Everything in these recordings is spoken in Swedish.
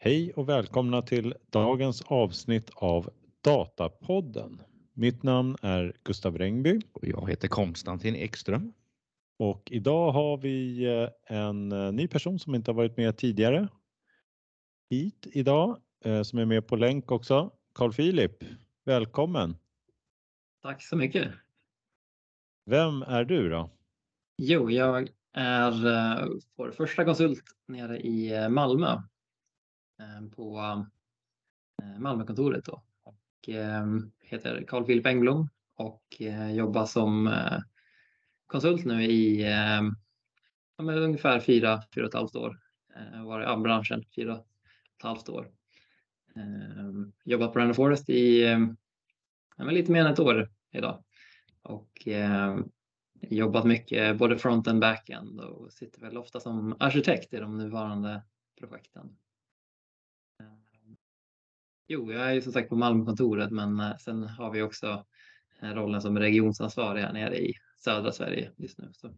Hej och välkomna till dagens avsnitt av Datapodden. Mitt namn är Gustav Rengby. Och jag heter Konstantin Ekström. Och idag har vi en ny person som inte har varit med tidigare hit idag. Som är med på länk också. Carl Philip, välkommen. Tack så mycket. Vem är du då? Jo, jag är vår första konsult nere i Malmö. På Malmökontoret då. Och heter Carl Philip Engblom och jobbar som konsult nu i ungefär 4,5 år. Var i branschen 4,5 år. Jobbat på Random Forest i lite mer än ett år idag. Och jobbat mycket både front and back-end och sitter väl ofta som arkitekt i de nuvarande projekten. Jo, jag är ju som sagt på Malmökontoret, men sen har vi också rollen som regionsansvarig här nere i södra Sverige just nu. Så.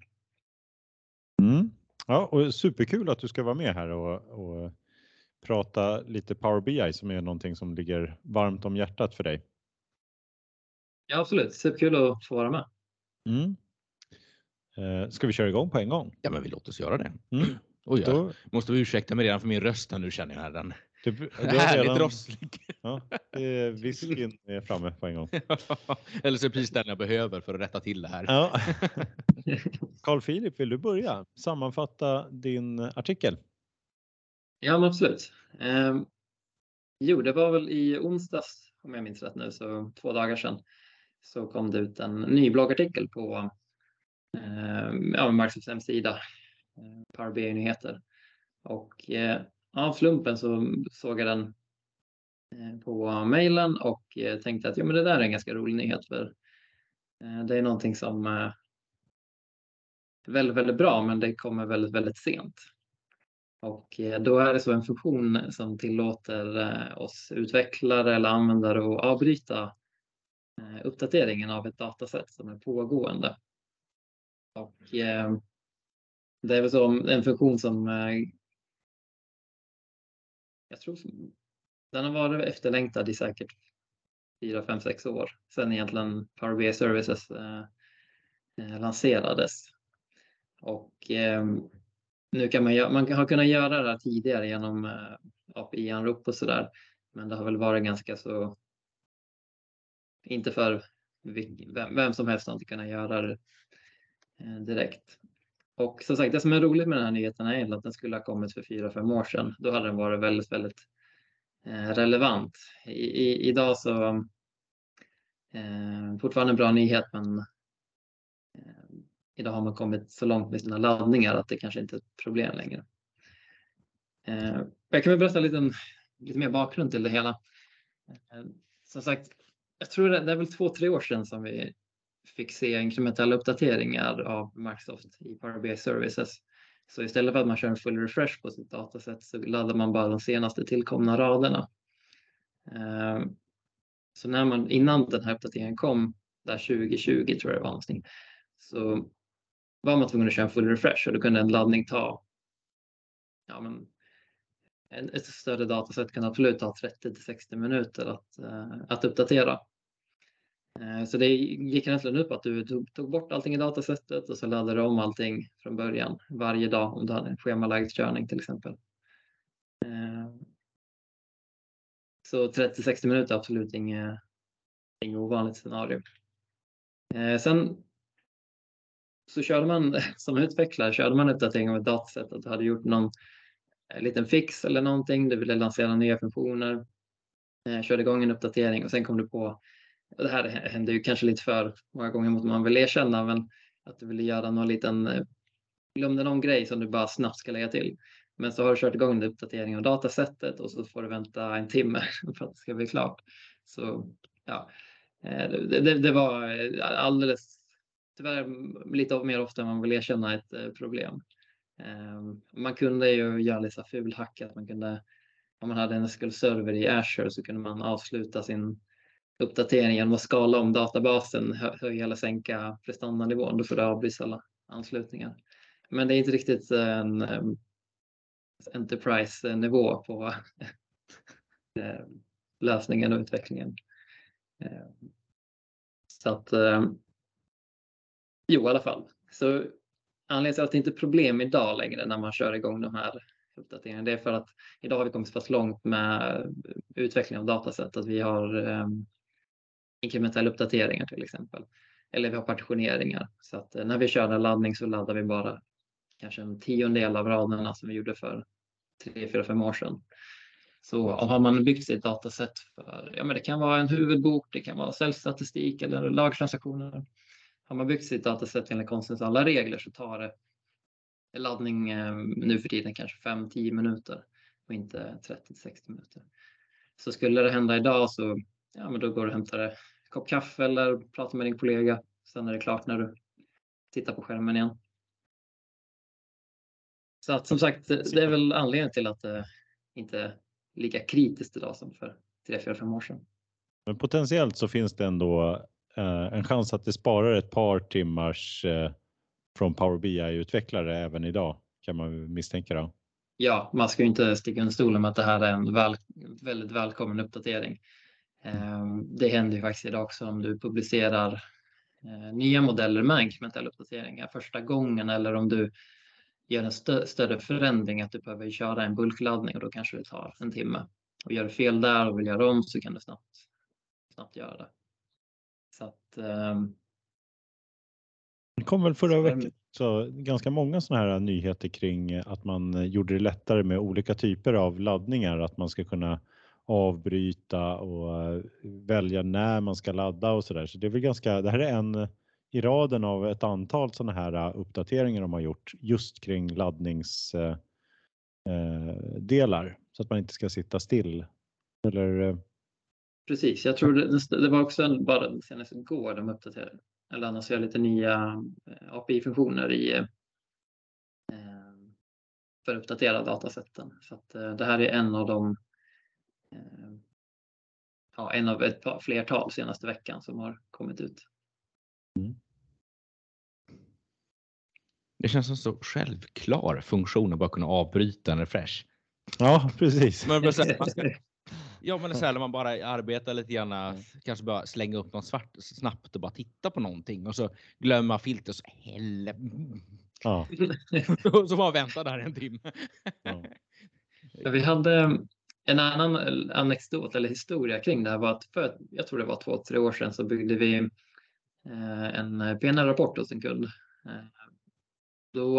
Ja, och superkul att du ska vara med här och prata lite Power BI som är någonting som ligger varmt om hjärtat för dig. Ja, absolut. Superkul att få vara med. Ska vi köra igång på en gång? Ja, men vi låter oss göra det. Och jag måste ursäkta mig redan för min röst nu, känner jag här den. Härligt rosslig. Ja, whiskyn är framme på en gång. Eller så är det precis den jag behöver för att rätta till det här. Ja. Carl Philip, vill du börja sammanfatta din artikel? Ja, men absolut. Jo, det var väl i onsdags, om jag minns rätt nu, så 2 dagar sedan, så kom det ut en ny bloggartikel på Microsofts hemsida, Power BI-nyheter. Och av slumpen så såg jag den på mejlen och tänkte att men det där är en ganska rolig nyhet, för det är någonting som är väldigt, väldigt bra, men det kommer väldigt, väldigt sent. Och då är det så en funktion som tillåter oss utvecklare eller användare att avbryta uppdateringen av ett dataset som är pågående. Och det är väl så en funktion som jag tror den har varit efterlängtad i säkert 4, 5, 6 år sedan egentligen Power BI Services lanserades. Och nu kan man har kunnat göra det här tidigare genom API-anrop och sådär, men det har väl varit ganska så, inte för vem som helst har inte kunnat göra det direkt. Och som sagt, det som är roligt med den här nyheten är att den skulle ha kommit för 4-5 år sedan. Då hade den varit väldigt, väldigt relevant. Idag så fortfarande en bra nyhet, men idag har man kommit så långt med sina laddningar att det kanske inte är ett problem längre. Jag kan väl berätta lite mer bakgrund till det hela. Som sagt, jag tror det är väl 2-3 år sedan som vi fick se inkrementella uppdateringar av Microsoft i Power BI Services. Så istället för att man kör en full refresh på sitt dataset så laddar man bara de senaste tillkomna raderna. Så innan den här uppdateringen kom, där 2020 tror jag det var någonting, så var man tvungen att köra en full refresh, och då kunde en laddning ta, ett större dataset kan absolut ta 30-60 minuter att uppdatera. Så det gick egentligen ut på att du tog bort allting i datasättet och så laddade du om allting från början varje dag om du hade en schemalagd körning till exempel. Så 30-60 minuter är absolut inget ovanligt scenario. Sen så körde man som utvecklare uppdatering av ett dataset, att du hade gjort någon liten fix eller någonting, du ville lansera nya funktioner, körde igång en uppdatering och sen kom du på, och det här hände ju kanske lite för många gånger mot man vill erkänna, men att du ville göra någon liten, glömde någon grej som du bara snabbt ska lägga till. Men så har du kört igång en uppdatering av datasättet och så får du vänta 1 timme för att det ska bli klart. Så ja, det var alldeles, tyvärr lite mer ofta än man vill erkänna ett problem. Man kunde ju göra lite fulhack, att man kunde, om man hade en SQL-server i Azure så kunde man avsluta sin uppdatering genom att skala om databasen, höja eller sänka prestandanivån. Då får du avbryta alla anslutningar. Men det är inte riktigt Enterprise-nivå på lösningen och utvecklingen. Så att i alla fall. Så anledningen till att det inte är problem idag längre när man kör igång de här uppdateringarna, det är för att idag har vi kommit så pass långt med utvecklingen av dataset att vi har inkrementella uppdateringar till exempel. Eller vi har partitioneringar. Så att när vi kör en laddning så laddar vi bara kanske en 10-del av raderna som vi gjorde för 3-4-5 år sedan. Så har man byggt sitt dataset för, men det kan vara en huvudbok, det kan vara säljstatistik eller lagtransaktioner. Har man byggt sitt dataset enligt konstens alla regler så tar det laddning nu för tiden kanske 5-10 minuter och inte 30-60 minuter. Så skulle det hända idag så men då går du och hämtar en kopp kaffe eller pratar med din kollega. Sen är det klart när du tittar på skärmen igen. Så att som sagt, det är väl anledningen till att det inte är lika kritiskt idag som för 3-4-5 år sedan. Men potentiellt så finns det ändå en chans att det sparar ett par timmars från Power BI-utvecklare även idag, kan man misstänka då. Ja, man ska ju inte sticka under stolen med att det här är en väldigt välkommen uppdatering. Det händer ju faktiskt idag också om du publicerar nya modeller med inkrementella uppdateringar första gången, eller om du gör en större förändring att du behöver köra en bulkladdning och då kanske det tar en timme. Och gör du fel där och vill göra om så kan du snabbt göra det. Så att det kom väl förra veckan så ganska många sådana här nyheter kring att man gjorde det lättare med olika typer av laddningar, att man ska kunna avbryta och välja när man ska ladda och sådär. Så det är väl det här är en i raden av ett antal sådana här uppdateringar de har gjort just kring laddningsdelar så att man inte ska sitta still. Eller precis, jag tror det var också bara senast igår de uppdaterade eller annars lite nya API-funktioner för att uppdatera datasätten. Så att det här är en av de en av ett flertal senaste veckan som har kommit ut. Mm. Det känns som så självklar funktion att bara kunna avbryta en refresh. Ja, precis. Men men så här, när man bara arbetar lite grann, kanske bara slänga upp något snabbt och bara titta på någonting och så glömma filter så Ja. så bara vänta där en timme. Ja. Vi hade en annan anekdot eller historia kring det här var att för jag tror det var 2-3 år sedan så byggde vi en PNR-rapport hos en kund. Då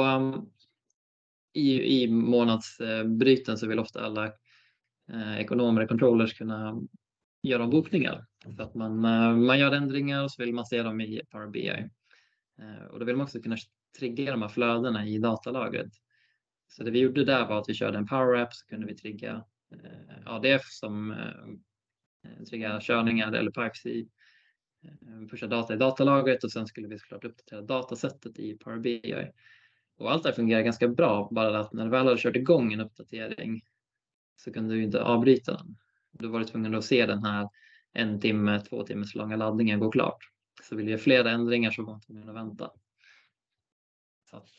i månadsbryten så vill ofta alla ekonomer och controllers kunna göra bokningar. Så att man gör ändringar och så vill man se dem i Power BI. Och då vill man också kunna trigga de här flödena i datalagret. Så det vi gjorde där var att vi körde en Power App, så kunde vi trigga ADF som triggar körningar eller pipes i pusha data i datalagret, och sen skulle vi såklart uppdatera datasättet i Power BI. Och allt det här fungerar ganska bra, bara att när du väl hade kört igång en uppdatering så kunde du inte avbryta den. Då var du tvungen att se den här 1 timme, 2 timmars långa laddningen gå klart. Så vill jag flera ändringar så var man tvungen att vänta. Så att,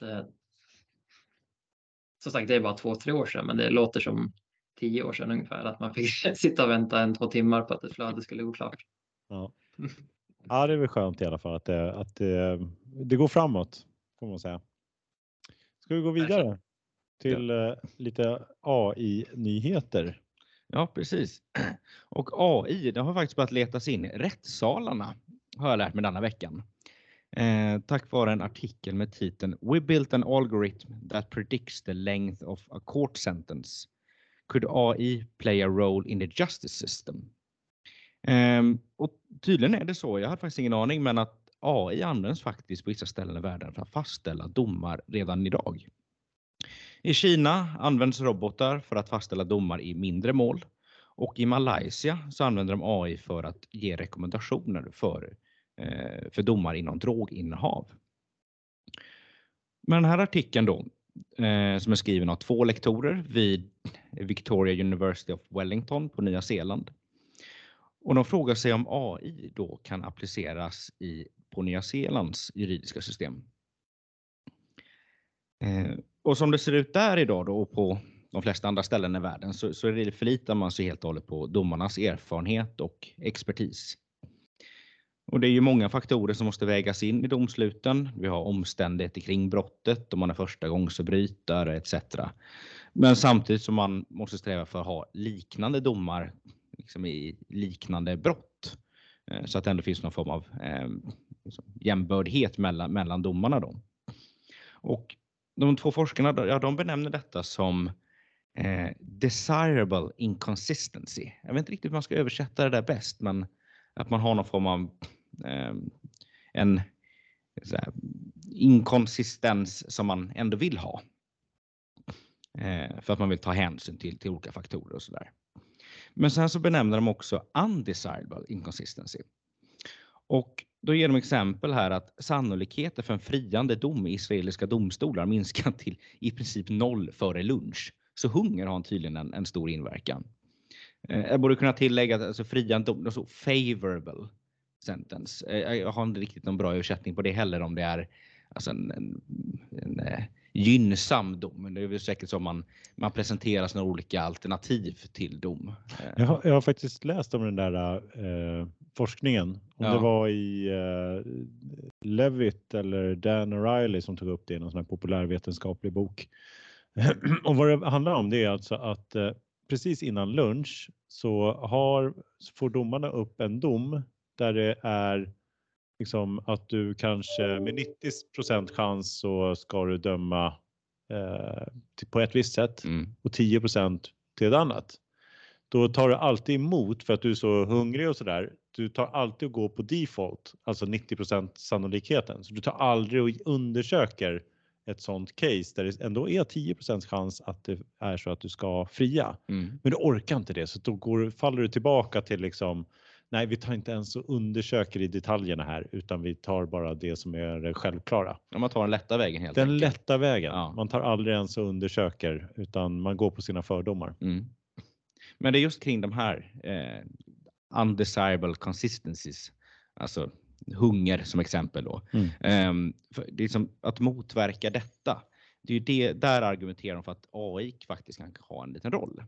som sagt, det är bara 2-3 år sedan, men det låter som 10 år sedan ungefär att man fick sitta och vänta 1-2 timmar på att ett flöde skulle gå klart. Ja. Ja, det är väl skönt i alla fall att det går framåt, får man säga. Ska vi gå vidare till lite AI-nyheter? Ja, precis. Och AI, det har faktiskt börjat letas in. Rättssalarna har jag lärt mig denna veckan. Tack vare en artikel med titeln "We built an algorithm that predicts the length of a court sentence. Could AI play a role in the justice system?" Och tydligen är det så, jag har faktiskt ingen aning, men att AI används faktiskt på vissa ställen i världen för att fastställa domar redan idag. I Kina används robotar för att fastställa domar i mindre mål, och i Malaysia så använder de AI för att ge rekommendationer för domar inom droginnehav. Men den här artikeln då, som är skriven av 2 lektorer vid Victoria University of Wellington på Nya Zeeland. Och de frågar sig om AI då kan appliceras på Nya Zeelands juridiska system. Och som det ser ut där idag då på de flesta andra ställen i världen så förlitar man sig helt och hållet på domarnas erfarenhet och expertis. Och det är ju många faktorer som måste vägas in i domsluten. Vi har omständigheter kring brottet, om man är förstagångsförbrytare etc. Men samtidigt som man måste sträva för att ha liknande domar liksom i liknande brott. Så att det ändå finns någon form av jämbördighet mellan domarna då. Och de två forskarna, de benämner detta som desirable inconsistency. Jag vet inte riktigt hur man ska översätta det där bäst, men att man har någon form av en inkonsistens som man ändå vill ha. För att man vill ta hänsyn till olika faktorer och sådär. Men sen så benämner de också undesirable inconsistency. Och då ger de exempel här att sannolikheten för en friande dom i israeliska domstolar minskar till i princip 0 före lunch. Så hunger har tydligen en stor inverkan. Jag borde kunna tillägga att alltså friande dom, alltså favorable sentence. Jag har inte riktigt någon bra översättning på det heller, om det är alltså en gynnsam dom. Men det är väl säkert så man presenteras några olika alternativ till dom. Jag har faktiskt läst om den där forskningen. Om det var i Levitt eller Dan O'Reilly som tog upp det i någon sån här populärvetenskaplig bok. Och vad det handlar om det är alltså att precis innan lunch så får domarna upp en dom där det är liksom att du kanske med 90% chans så ska du döma på ett visst sätt och 10% till ett annat. Då tar du alltid emot för att du är så hungrig och sådär. Du tar alltid och går på default, alltså 90% sannolikheten. Så du tar aldrig och undersöker ett sånt case där det ändå är 10% chans att det är så att du ska fria. Men du orkar inte det, så då faller du tillbaka till liksom, nej, vi tar inte ens och undersöker i detaljerna här, utan vi tar bara det som är det självklara. Ja, man tar den lätta vägen helt enkelt. Den enkelt. lätta vägen. Ja. Man tar aldrig ens och undersöker, utan man går på sina fördomar. Men det är just kring de här undesirable consistencies, alltså hunger som exempel då. Det är som att motverka detta. Det är ju det där argumenterar de för att AI faktiskt kan ha en liten roll.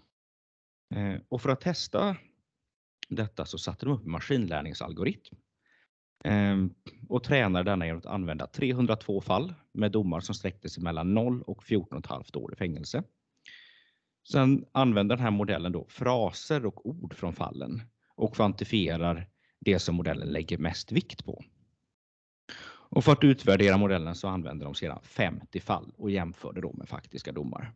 Och för att testa detta så satte de upp en maskinlärningsalgoritm och tränade denna genom att använda 302 fall med domar som sträckte sig mellan 0 och 14,5 år i fängelse. Sen använder den här modellen då fraser och ord från fallen och kvantifierar det som modellen lägger mest vikt på. Och för att utvärdera modellen så använder de sedan 50 fall och jämförde då med faktiska domar.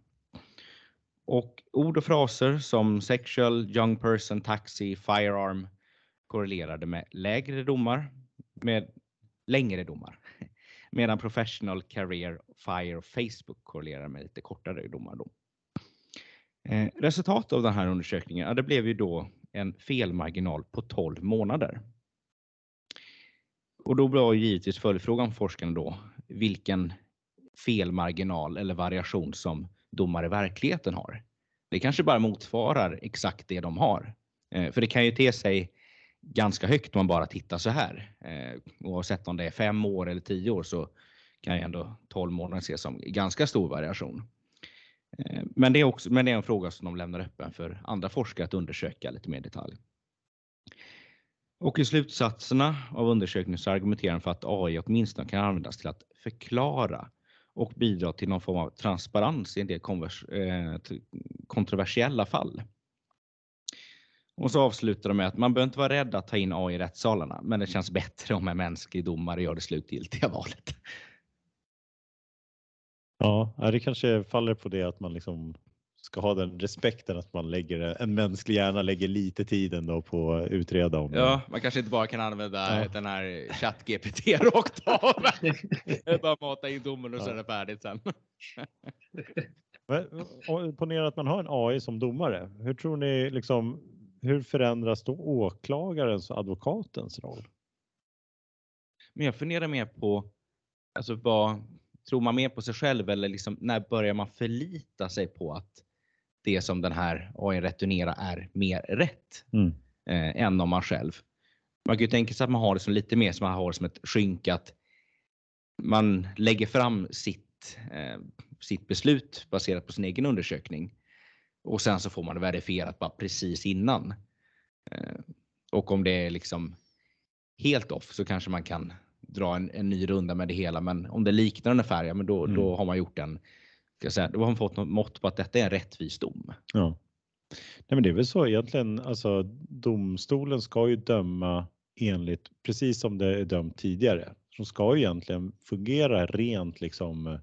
Och ord och fraser som sexual, young person, taxi, firearm korrelerade med lägre domar, med längre domar. Medan professional, career, fire och Facebook korrelerar med lite kortare domar då. Resultatet av den här undersökningen, det blev ju då en felmarginal på 12 månader. Och då var ju givetvis följdfrågan för forskarna då vilken felmarginal eller variation som domare i verkligheten har. Det kanske bara motsvarar exakt det de har. För det kan ju te sig ganska högt om man bara tittar så här. Oavsett om det är 5 år eller 10 år så kan ju ändå 12 månader ses som ganska stor variation. Men det är en fråga som de lämnar öppen för andra forskare att undersöka lite mer i detalj. Och i slutsatserna av undersökningen så argumenterar de för att AI åtminstone kan användas till att förklara och bidra till någon form av transparens i en del kontroversiella fall. Och så avslutar de med att man behöver inte vara rädd att ta in AI i rättssalarna, men det känns bättre om en mänsklig domare gör det slutgiltiga valet. Ja, det kanske faller på det att man liksom ska ha den respekten att man en mänsklig hjärna lägger lite tid ändå på att utreda om. Ja, man kanske inte bara kan använda den här ChatGPT rakt av. Bara mata in domen och så är det färdigt sen. Ponera att man har en AI som domare. Hur tror ni liksom, hur förändras då åklagarens och advokatens roll? Men jag funderar mer på, alltså vad tror man mer på sig själv, eller liksom, när börjar man förlita sig på att det som den här AI returnerar är mer rätt än om man själv. Man kan ju tänka sig att man har det som lite mer som man har som ett skynke, att man lägger fram sitt beslut baserat på sin egen undersökning. Och sen så får man det verifierat bara precis innan. Och om det är liksom helt off så kanske man kan dra en ny runda med det hela. Men om det liknar ungefär, ja, men då har man gjort då har man fått något mått på att detta är en rättvis dom. Ja. Nej, men det är väl så egentligen, alltså domstolen ska ju döma enligt precis som det är dömt tidigare. De ska ju egentligen fungera rent liksom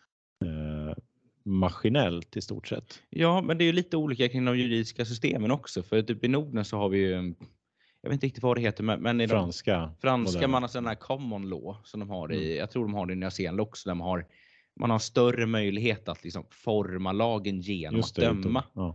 maskinellt i stort sett. Ja, men det är ju lite olika kring de juridiska systemen också. För typ i Norden så har vi ju, jag vet inte riktigt vad det heter, men i Franska man har sån här common law som de har i, jag tror de har det i Nya Zeeland också, där man har större möjlighet att liksom forma lagen genom att döma. Ja.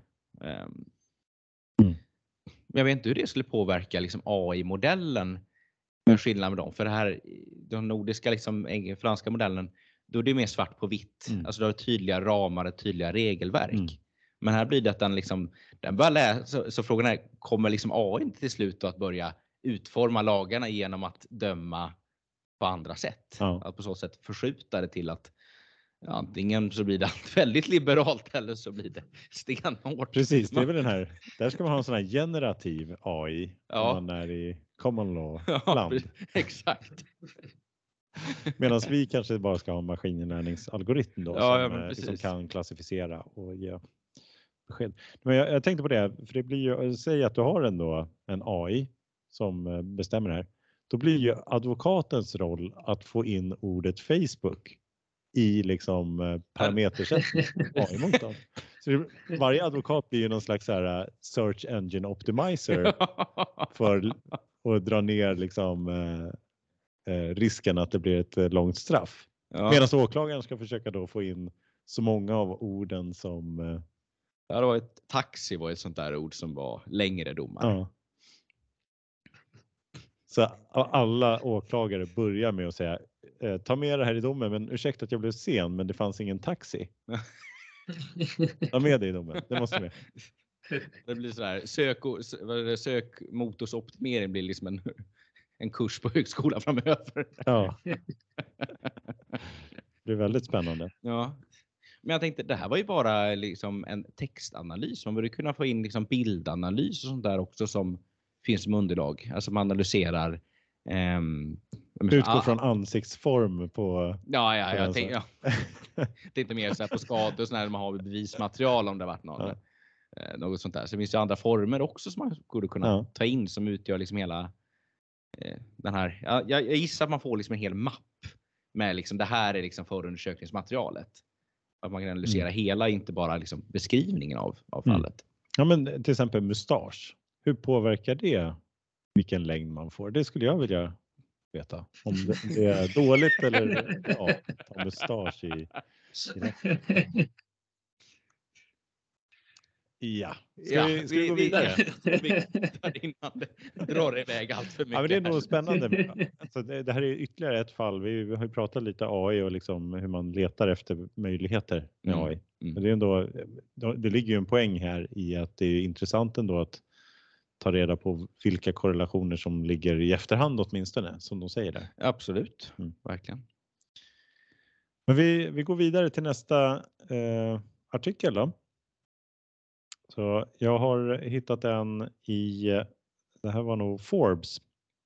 Jag vet inte hur det skulle påverka liksom AI-modellen med skillnad med dem. För det här, den nordiska liksom, franska modellen, då är det mer svart på vitt. Alltså du har tydliga ramar och tydliga regelverk. Men här blir det att den börjar läsa. Så frågan är, kommer liksom AI till slut att börja utforma lagarna genom att döma på andra sätt? Ja. Att på så sätt förskjuta det till att antingen så blir det väldigt liberalt eller så blir det stenhårt. Precis, det är väl den här. Där ska man ha en sån här generativ AI när man är i common law-land. Ja, exakt. Medan vi kanske bara ska ha en maskininlärningsalgoritm då som kan klassificera och ge besked. Men jag tänkte på det, för det blir ju, säg att du har en AI som bestämmer det här. Då blir ju advokatens roll att få in ordet Facebook i liksom parametersättning AI-motorn. Så varje advokat blir ju någon slags så här search engine optimizer för att dra ner liksom risken att det blir ett långt straff. Ja. Medan åklagaren ska försöka då få in så många av orden som... Ja, det var taxi var ett sånt där ord som var längre domar. Ja. Så alla åklagare börjar med att säga ta med det här i domen, men ursäkta att jag blev sen, men det fanns ingen taxi. Ta med det i domen, det måste med. Det blir så här, sökmotorsoptimering blir liksom en kurs på högskolan framöver. Ja. Det är väldigt spännande. Ja. Men jag tänkte, det här var ju bara liksom en textanalys. Man borde kunna få in liksom bildanalys och sånt där också som finns som underlag. Alltså man analyserar utgår från ansiktsform på... Jag tänkte inte mer så här på skador och sånt här, man har bevismaterial om det har varit något sånt där. Så det finns ju andra former också som man borde kunna ta in som utgör liksom hela den här... Jag gissar att man får liksom en hel mapp med liksom, det här är liksom förundersökningsmaterialet. Att man kan analysera hela, inte bara liksom beskrivningen av fallet. Ja, men till exempel mustasch. Hur påverkar det vilken längd man får? Det skulle jag vilja veta. Om det är dåligt eller ta mustasch i Ja. Ska vi gå vidare? Innan det drar iväg allt för mycket. Ja, men det är nog spännande. Alltså, det här är ytterligare ett fall. Vi har ju pratat lite AI och liksom hur man letar efter möjligheter med AI. Men det är ändå, det ligger ju en poäng här i att det är intressant ändå att ta reda på vilka korrelationer som ligger i efterhand åtminstone, som de säger där. Absolut, verkligen. Men vi går vidare till nästa artikel då. Så jag har hittat en det här var nog Forbes.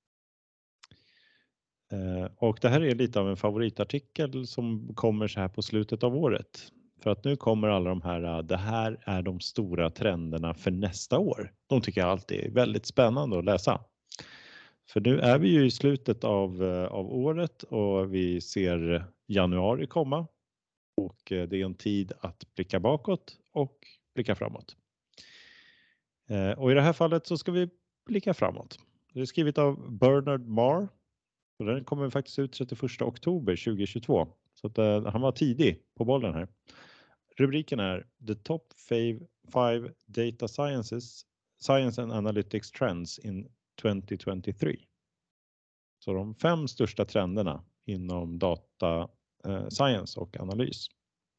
Och det här är lite av en favoritartikel som kommer så här på slutet av året. För att nu kommer alla de här, det här är de stora trenderna för nästa år. De tycker jag alltid är väldigt spännande att läsa. För nu är vi ju i slutet av året och vi ser januari komma. Och det är en tid att blicka bakåt och blicka framåt. Och i det här fallet så ska vi blicka framåt. Det är skrivet av Bernard Marr. Och den kommer faktiskt ut 31 oktober 2022. Så att, han var tidig på bollen här. Rubriken är The Top 5 Data Science and Analytics Trends in 2023. Så de 5 största trenderna inom data science och analys.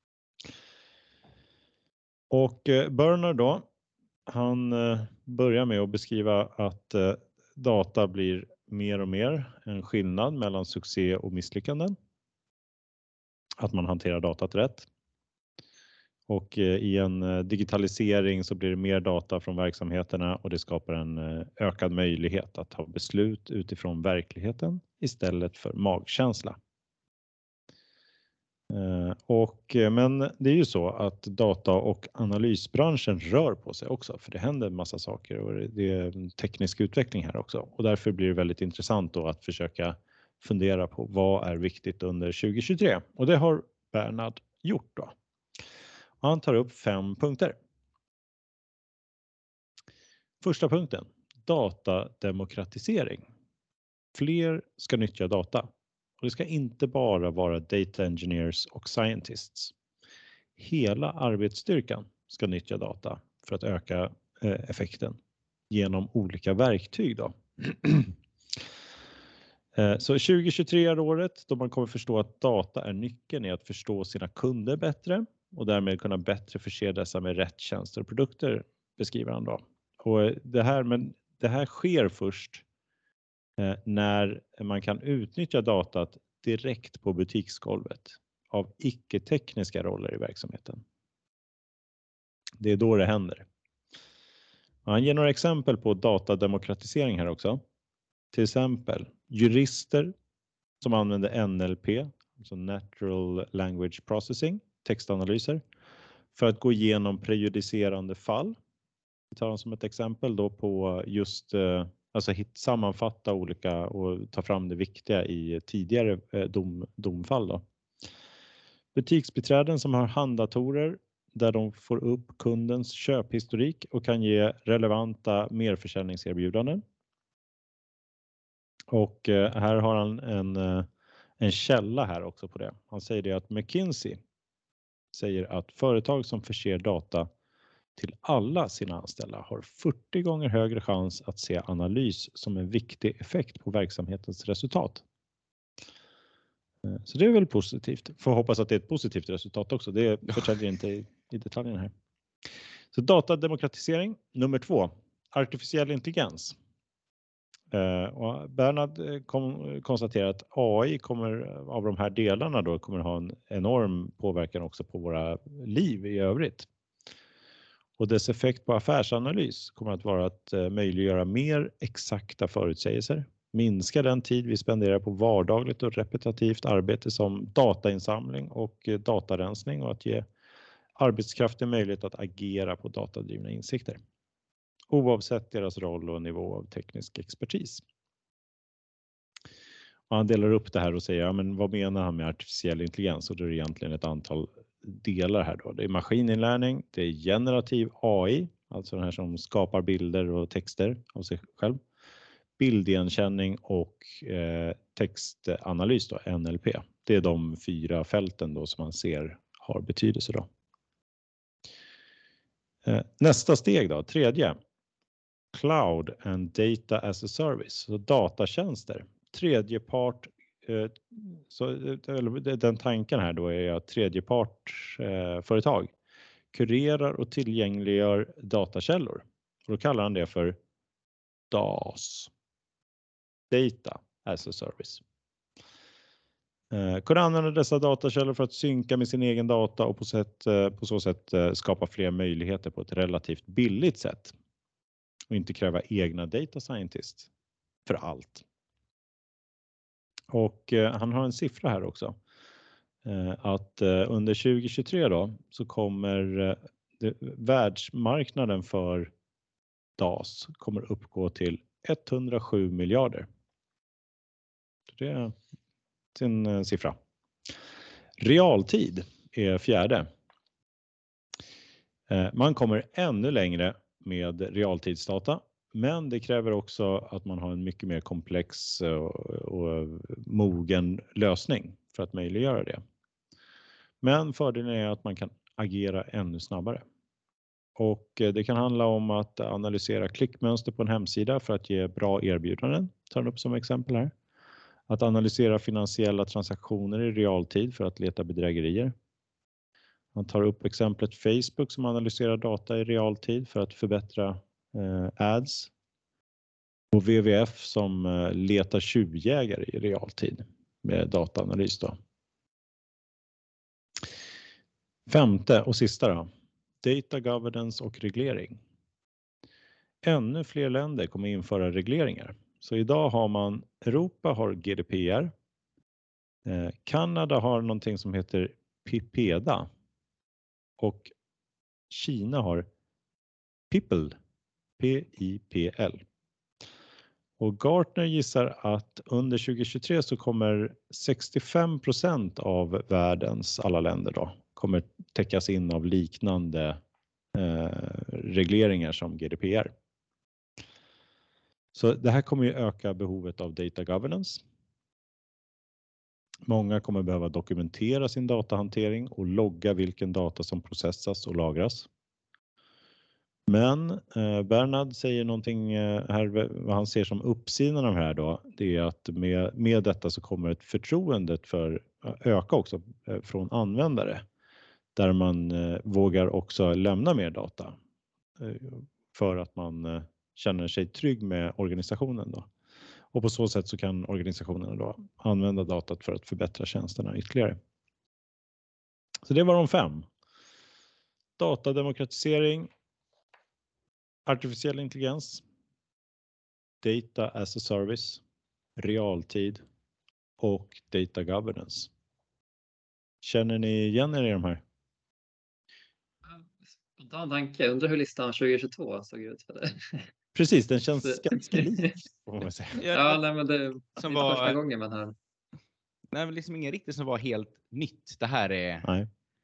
Och Bernard då, han börjar med att beskriva att data blir mer och mer en skillnad mellan succé och misslyckanden. Att man hanterar datat rätt. Och i en digitalisering så blir det mer data från verksamheterna och det skapar en ökad möjlighet att ta beslut utifrån verkligheten istället för magkänsla. Men det är ju så att data- och analysbranschen rör på sig också, för det händer en massa saker och det är en teknisk utveckling här också. Och därför blir det väldigt intressant då att försöka fundera på vad är viktigt under 2023. Och det har Bernhard gjort då. Och han tar upp 5 punkter. Första punkten, datademokratisering. Fler ska nyttja data. Och det ska inte bara vara data engineers och scientists. Hela arbetsstyrkan ska nyttja data för att öka effekten genom olika verktyg då. Så 2023 är året då man kommer förstå att data är nyckeln i att förstå sina kunder bättre och därmed kunna bättre förse dessa med rätt tjänster och produkter, beskriver han då. Och det här sker först när man kan utnyttja datat direkt på butiksgolvet av icke-tekniska roller i verksamheten. Det är då det händer. Han ger några exempel på datademokratisering här också. Till exempel jurister som använder NLP, alltså Natural Language Processing, textanalyser, för att gå igenom prejudicerande fall. Vi tar som ett exempel då på just alltså sammanfatta olika och ta fram det viktiga i tidigare domfall då. Butiksbiträden som har handdatorer där de får upp kundens köphistorik och kan ge relevanta merförsäljningserbjudanden. Och här har han en källa här också på det. Han säger det att McKinsey säger att företag som förser data till alla sina anställda har 40 gånger högre chans att se analys som en viktig effekt på verksamhetens resultat. Så det är väl positivt. Får hoppas att det är ett positivt resultat också. Det förtäljer inte i detaljerna här. Så datademokratisering. Nummer 2. Artificiell intelligens. Och Bernhard konstaterar att AI kommer av de här delarna då kommer ha en enorm påverkan också på våra liv i övrigt. Och dess effekt på affärsanalys kommer att vara att möjliggöra mer exakta förutsägelser, minska den tid vi spenderar på vardagligt och repetitivt arbete som datainsamling och datarensning och att ge arbetskraften möjlighet att agera på datadrivna insikter. Oavsett deras roll och nivå av teknisk expertis. Och han delar upp det här och säger, ja, men vad menar han med artificiell intelligens? Och det är egentligen ett antal delar här då. Det är maskininlärning, det är generativ AI, alltså den här som skapar bilder och texter av sig själv. Bildigenkänning och textanalys då, NLP. Det är de 4 fälten då som man ser har betydelse då. Nästa steg då, 3. Cloud and data as a service, så datatjänster. Tredjepart, den tanken här då är att tredjepartsföretag kurerar och tillgängliggör datakällor. Och då kallar han det för DAS, Data as a Service. Kunna använda dessa datakällor för att synka med sin egen data och på så sätt skapa fler möjligheter på ett relativt billigt sätt. Och inte kräva egna data scientists för allt. Och han har en siffra här också. Att under 2023 då så kommer världsmarknaden för DAS kommer uppgå till 107 miljarder. Det är sin siffra. Realtid är 4. Man kommer ännu längre med realtidsdata, men det kräver också att man har en mycket mer komplex och mogen lösning för att möjliggöra det. Men fördelen är att man kan agera ännu snabbare. Och det kan handla om att analysera klickmönster på en hemsida för att ge bra erbjudanden, tar han upp som exempel här. Att analysera finansiella transaktioner i realtid för att leta bedrägerier. Han tar upp exemplet Facebook som analyserar data i realtid för att förbättra ads. Och WWF som letar tjuvjägare i realtid med dataanalys då. Femte och sista då. Data governance och reglering. Ännu fler länder kommer införa regleringar. Så idag har man, Europa har GDPR. Kanada har någonting som heter PIPEDA. Och Kina har PIPL. PIPL. Och Gartner gissar att under 2023 så kommer 65% av världens alla länder då kommer täckas in av liknande regleringar som GDPR. Så det här kommer ju öka behovet av data governance. Många kommer behöva dokumentera sin datahantering och logga vilken data som processas och lagras. Men Bernhard säger någonting här, vad han ser som uppsidan av det här då, det är att med detta så kommer ett förtroendet för öka också från användare. Där man vågar också lämna mer data för att man känner sig trygg med organisationen då. Och på så sätt så kan organisationerna då använda datat för att förbättra tjänsterna ytterligare. Så det var de 5. Datademokratisering, artificiell intelligens, data as a service, realtid och data governance. Känner ni igen er i de här? Spontan tanke, jag undrar hur listan 2022 såg ut för det. Precis, den känns ganska lik. Ja, nej, men det som var var första gången man hör. Nej, men liksom ingen riktigt som var helt nytt. Det här är. Nej.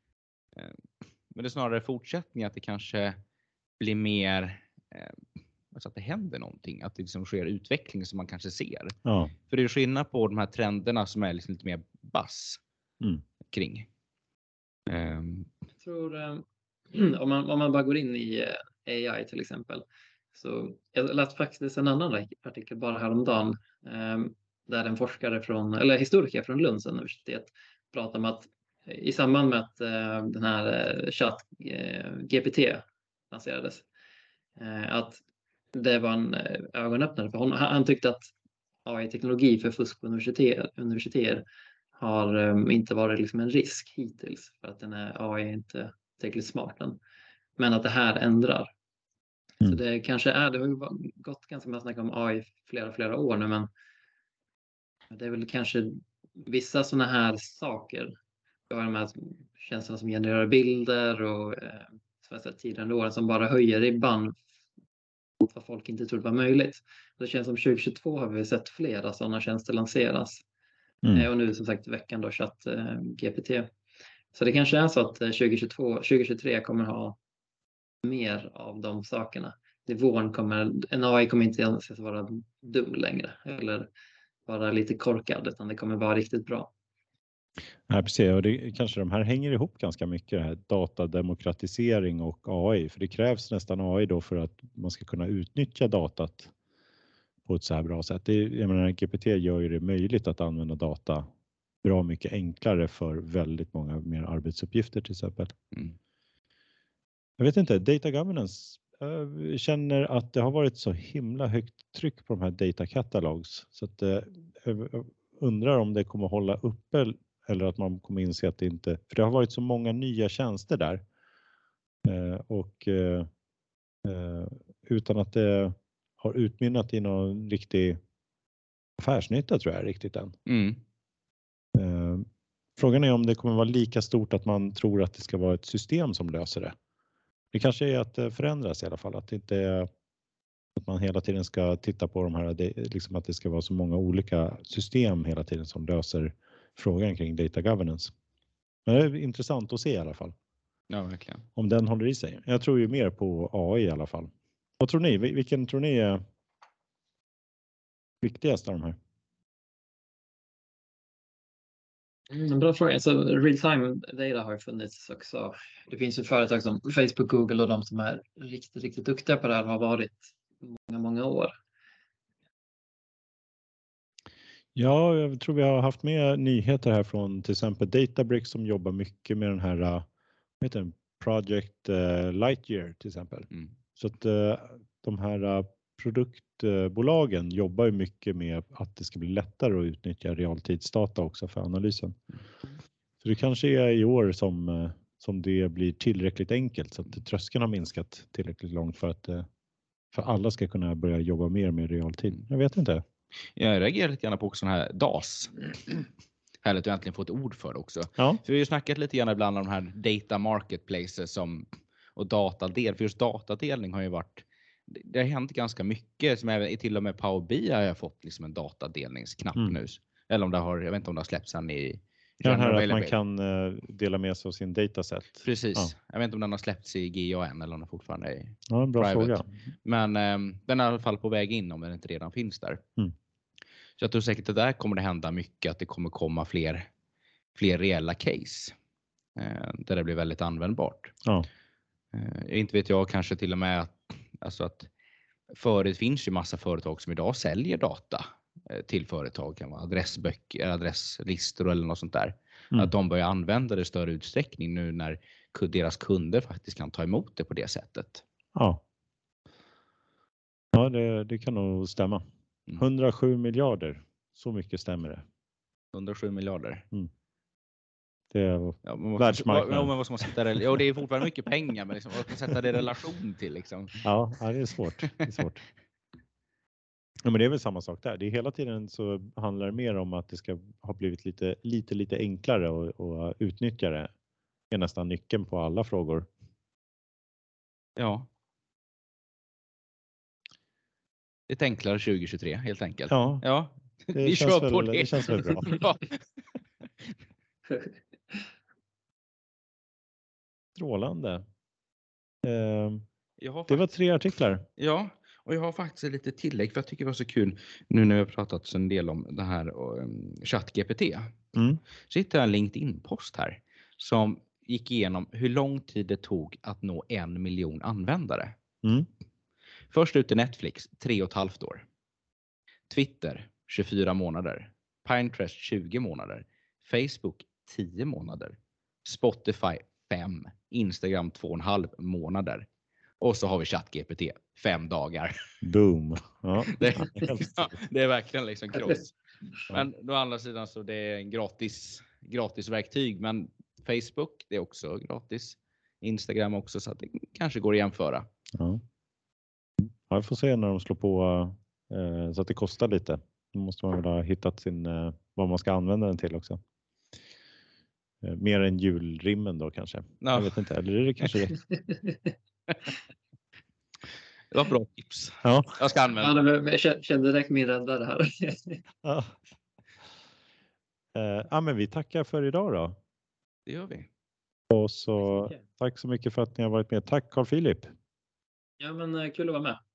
Men det är snarare fortsättning, att det kanske blir mer alltså att det händer någonting, att det liksom sker utveckling som man kanske ser. Ja. För det är skillnad på de här trenderna som är liksom lite mer buzz kring. Jag tror om man bara går in i AI till exempel, så jag läste faktiskt en annan artikel bara häromdagen där en historiker från Lunds universitet pratar om att i samband med att den här chatt GPT lanserades, att det var en ögonöppnare för honom. Han tyckte att AI-teknologi för fusk på universitet har inte varit liksom en risk hittills, för att AI är inte tillräckligt smart än. Men att det här ändrar. Så det kanske är, det har ju gått ganska mycket snack om AI flera år nu, men det är väl kanske vissa sådana här saker. Vi har de här tjänsterna som genererar bilder och tidigare åren som bara höjer ribban mot vad folk inte trodde var möjligt. Det känns som 2022 har vi sett flera sådana tjänster lanseras. Och nu som sagt veckan då chatt GPT. Så det kanske är så att 2023 kommer ha mer av de sakerna. En AI kommer inte anses vara dum längre eller vara lite korkad, utan det kommer vara riktigt bra. Ja, precis. Och kanske de här hänger ihop ganska mycket, det här datademokratisering och AI. För det krävs nästan AI då för att man ska kunna utnyttja datat på ett så här bra sätt. Jag menar, GPT gör ju det möjligt att använda data bra mycket enklare för väldigt många mer arbetsuppgifter till exempel. Jag vet inte, data governance. Jag känner att det har varit så himla högt tryck på de här data catalogs. Så att jag undrar om det kommer hålla uppe eller att man kommer inse att det inte... För det har varit så många nya tjänster där. Och utan att det har utmynnat i någon riktig affärsnytta tror jag riktigt än. Frågan är om det kommer vara lika stort att man tror att det ska vara ett system som löser det. Det kanske är att det förändras i alla fall. Att det inte är att man hela tiden ska titta på de här, liksom att det ska vara så många olika system hela tiden som löser frågan kring data governance. Men det är intressant att se i alla fall. Ja, verkligen. Om den håller i sig. Jag tror ju mer på AI i alla fall. Vad tror ni? Vilken tror ni är viktigast av de här? En bra fråga. Alltså, real-time data har ju funnits också. Det finns ju företag som Facebook, Google och de som är riktigt duktiga på det här har varit många år. Ja, jag tror vi har haft med nyheter här från till exempel Databricks som jobbar mycket med den här Project Lightyear till exempel. Så att de här produktbolagen jobbar ju mycket med att det ska bli lättare att utnyttja realtidsdata också för analysen. Så det kanske är i år som som det blir tillräckligt enkelt så att tröskeln har minskat tillräckligt långt för att för alla ska kunna börja jobba mer med realtid. Jag vet inte. Jag reagerar lite grann på sådana här DAS. Härligt att du äntligen får ett ord för det också. Ja. För vi har ju snackat lite grann ibland om de här data marketplaces och datadel. För just datadelning har ju varit, det har hänt ganska mycket. Som även till och med Power BI har jag fått liksom en datadelningsknapp nu. Eller om det har, jag vet inte om det har släppts än i Ja, här att man kan dela med sig av sin dataset. Precis. Ja. Jag vet inte om den har släppts i GAN eller om den fortfarande är en bra private. Fråga. Men den är i alla fall på väg in om den inte redan finns där. Så jag tror säkert att där kommer det hända mycket. Att det kommer komma fler reella case. Där det blir väldigt användbart. Ja. Inte vet jag, kanske till och med att förut finns ju massa företag som idag säljer data till företag, kan vara adressböcker, adresslistor eller något sånt där. Att de börjar använda det i större utsträckning nu när deras kunder faktiskt kan ta emot det på det sättet. Ja, det kan nog stämma. 107 miljarder, så mycket stämmer det. 107 miljarder. Det är världsmarknaden. Men vad ska man sätta det? Ja, det är fortfarande mycket pengar, men liksom, vad ska man sätta det i relation till? Liksom? Ja, det är svårt. Ja, men det är väl samma sak där. Det är hela tiden så handlar det mer om att det ska ha blivit lite enklare att utnyttja det. Det är nästan nyckeln på alla frågor. Ja. Det är enklare 2023 helt enkelt. Ja. Vi kör på det. Det känns väl bra. Ja. Strålande. Det var 3 artiklar. Ja, och jag har faktiskt lite tillägg för jag tycker det var så kul nu när vi har pratat så en del om det här ChatGPT. Så hittade jag en LinkedIn-post här som gick igenom hur lång tid det tog att nå 1 miljon användare. Först ut i Netflix 3,5 år. Twitter 24 månader. Pinterest 20 månader. Facebook 10 månader. Spotify 5. Instagram 2,5 månader. Och så har vi ChatGPT 5 dagar. Boom. Ja. Det är verkligen liksom kross. Men å andra sidan så det är en gratis verktyg. Men Facebook, det är också gratis. Instagram också, så att det kanske går att jämföra. Ja, jag får se när de slår på så att det kostar lite. Då måste man väl ha hittat vad man ska använda den till också. Mer än julrimmen då kanske. Ja. Jag vet inte, eller är det kanske rätt? Det var bra tips. Ja. Jag ska använda. Jag kände direkt min räddare här. Ja. Men vi tackar för idag då. Det gör vi. Och så tack så mycket för att ni har varit med. Tack Carl Philip. Ja, men kul att vara med.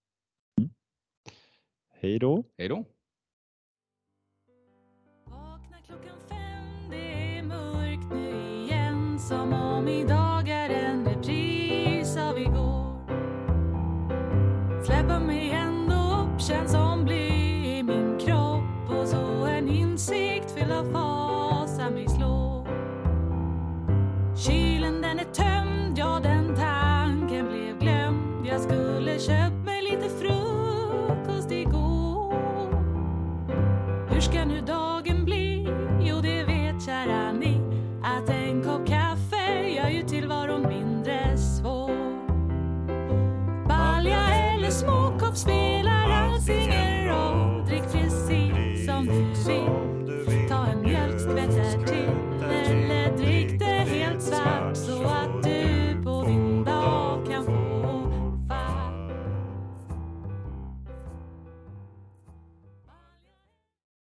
Hej då. Hej då. Vakna klockan 5, det är mörkt nu igen. Som om idag är en repris av igår. Släppa mig ändå upp, känns som bly i min kropp. Och så en insikt fylld av fasa mig slår. Kylen den är tömd, ja den tanken blev glömd. Jag skulle köpt mig lite frukost igår. Hur ska nu dagen bli? Jo, det vet kära ni, att en kopp kaffe gör ju tillvaron mindre svår. Balja eller småkopp spelar alls ingen roll. Drick precis som du vill.